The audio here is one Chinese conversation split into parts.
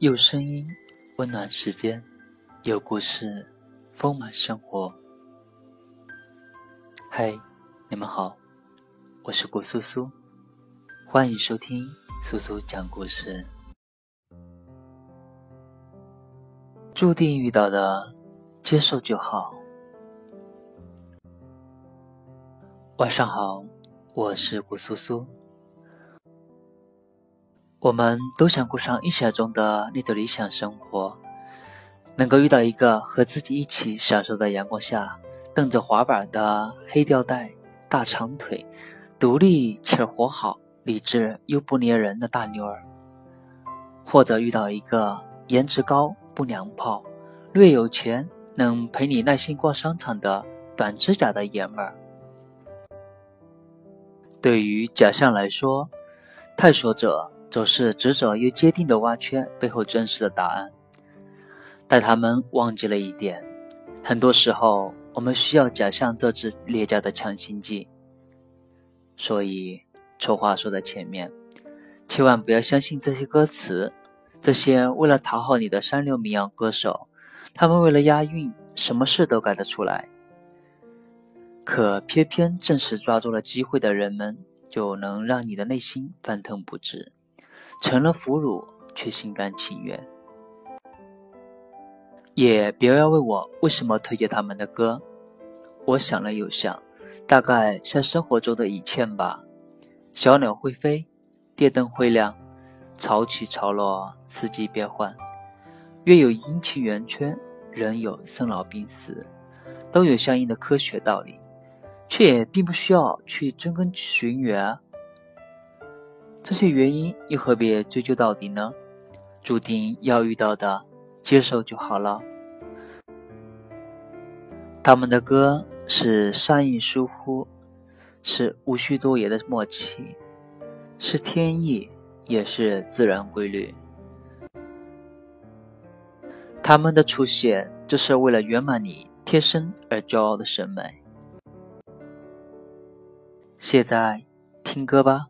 有声音温暖时间，有故事丰满生活。嗨，你们好，我是顾苏苏，欢迎收听苏苏讲故事。注定遇到的，接受就好。晚上好，我是顾苏苏。我们都想过上意想中的那种理想生活，能够遇到一个和自己一起享受在阳光下蹬着滑板的黑吊带大长腿，独立且活好，理智又不粘人的大妞儿，或者遇到一个颜值高不娘炮，略有钱能陪你耐心逛商场的短指甲的爷们儿。对于假象来说，探索者总是执着又坚定地挖掘背后真实的答案，但他们忘记了一点，很多时候我们需要假象这支劣价的强心剂。所以丑话说在前面，千万不要相信这些歌词，这些为了讨好你的三流民谣歌手，他们为了押韵什么事都干得出来，可偏偏正是抓住了机会的人们，就能让你的内心翻腾不止，成了俘虏却心甘情愿。也别要问我为什么推荐他们的歌，我想了又想，大概像生活中的一切吧。小鸟会飞，电灯会亮，潮起潮落，四季变换，月有阴晴圆缺，人有生老病死，都有相应的科学道理，却也并不需要去追根寻源啊。这些原因又何必追究到底呢？注定要遇到的，接受就好了。他们的歌是善意疏忽，是无需多言的默契，是天意，也是自然规律。他们的出现，就是为了圆满你天生而骄傲的审美。现在听歌吧。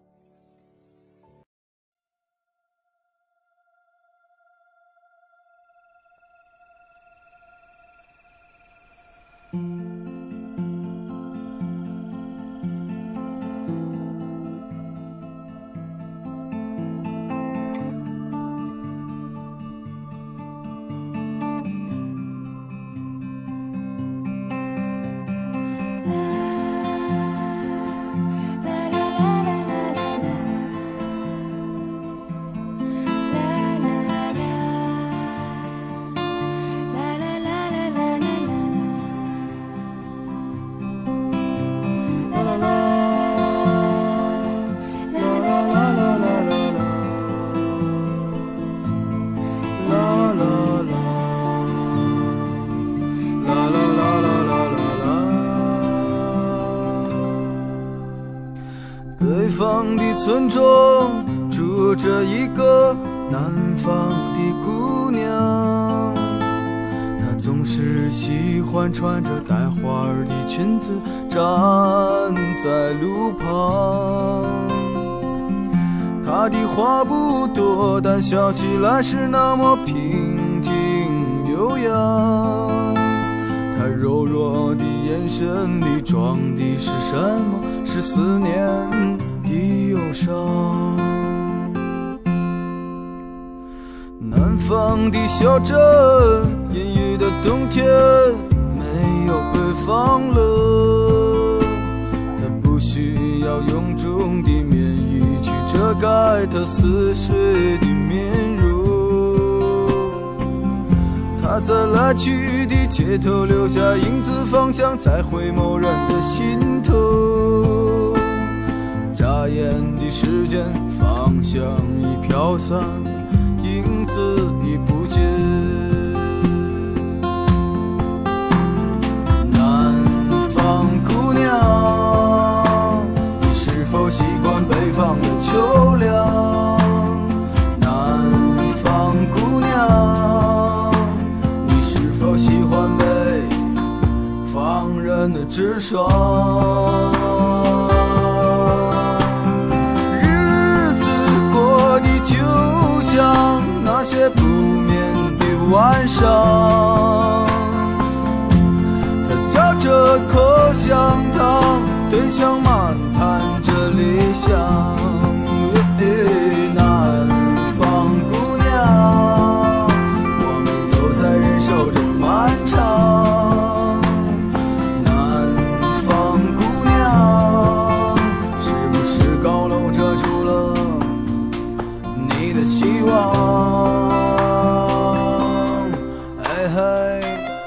北方的村庄住着一个南方的姑娘，她总是喜欢穿着带花儿的裙子站在路旁。她的话不多，但笑起来是那么平静悠扬。她柔弱的眼神里装的是什么？是思念的忧伤。南方的小镇，阴郁的冬天没有北方冷，它不需要臃肿的棉衣去遮盖它似水的面容。它在来去的街头留下影子，方向在回眸人的心头。眨眼的时间，方向已飘散，影子已不见。南方姑娘，你是否习惯北方的秋凉？南方姑娘，你是否喜欢北方人的直爽？日子过得就像那些不岸上，他嚼着口香糖，对墙漫谈着理想。南方姑娘，我们都在忍受着漫长。南方姑娘，是不是高楼遮住了你的希望？哎嘿。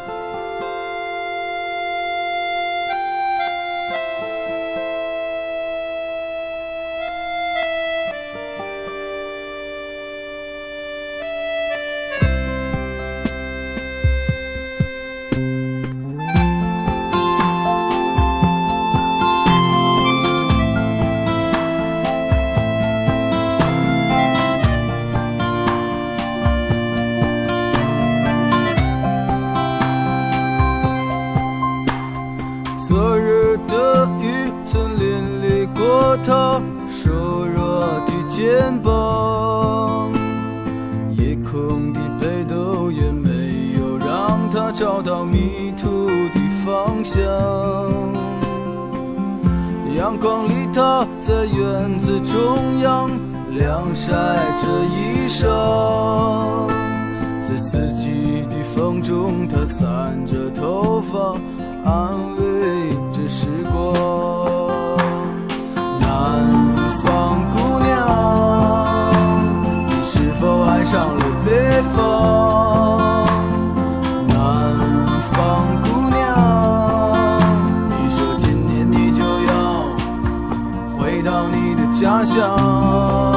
昨日的雨曾淋漓过他瘦弱的肩膀，夜空的北斗也没有让他找到迷途的方向。阳光里他在院子中央晾晒着衣裳，在四季的风中他散着头发安慰着时光。南方姑娘，你是否爱上了北方？南方姑娘，你说今年你就要回到你的家乡。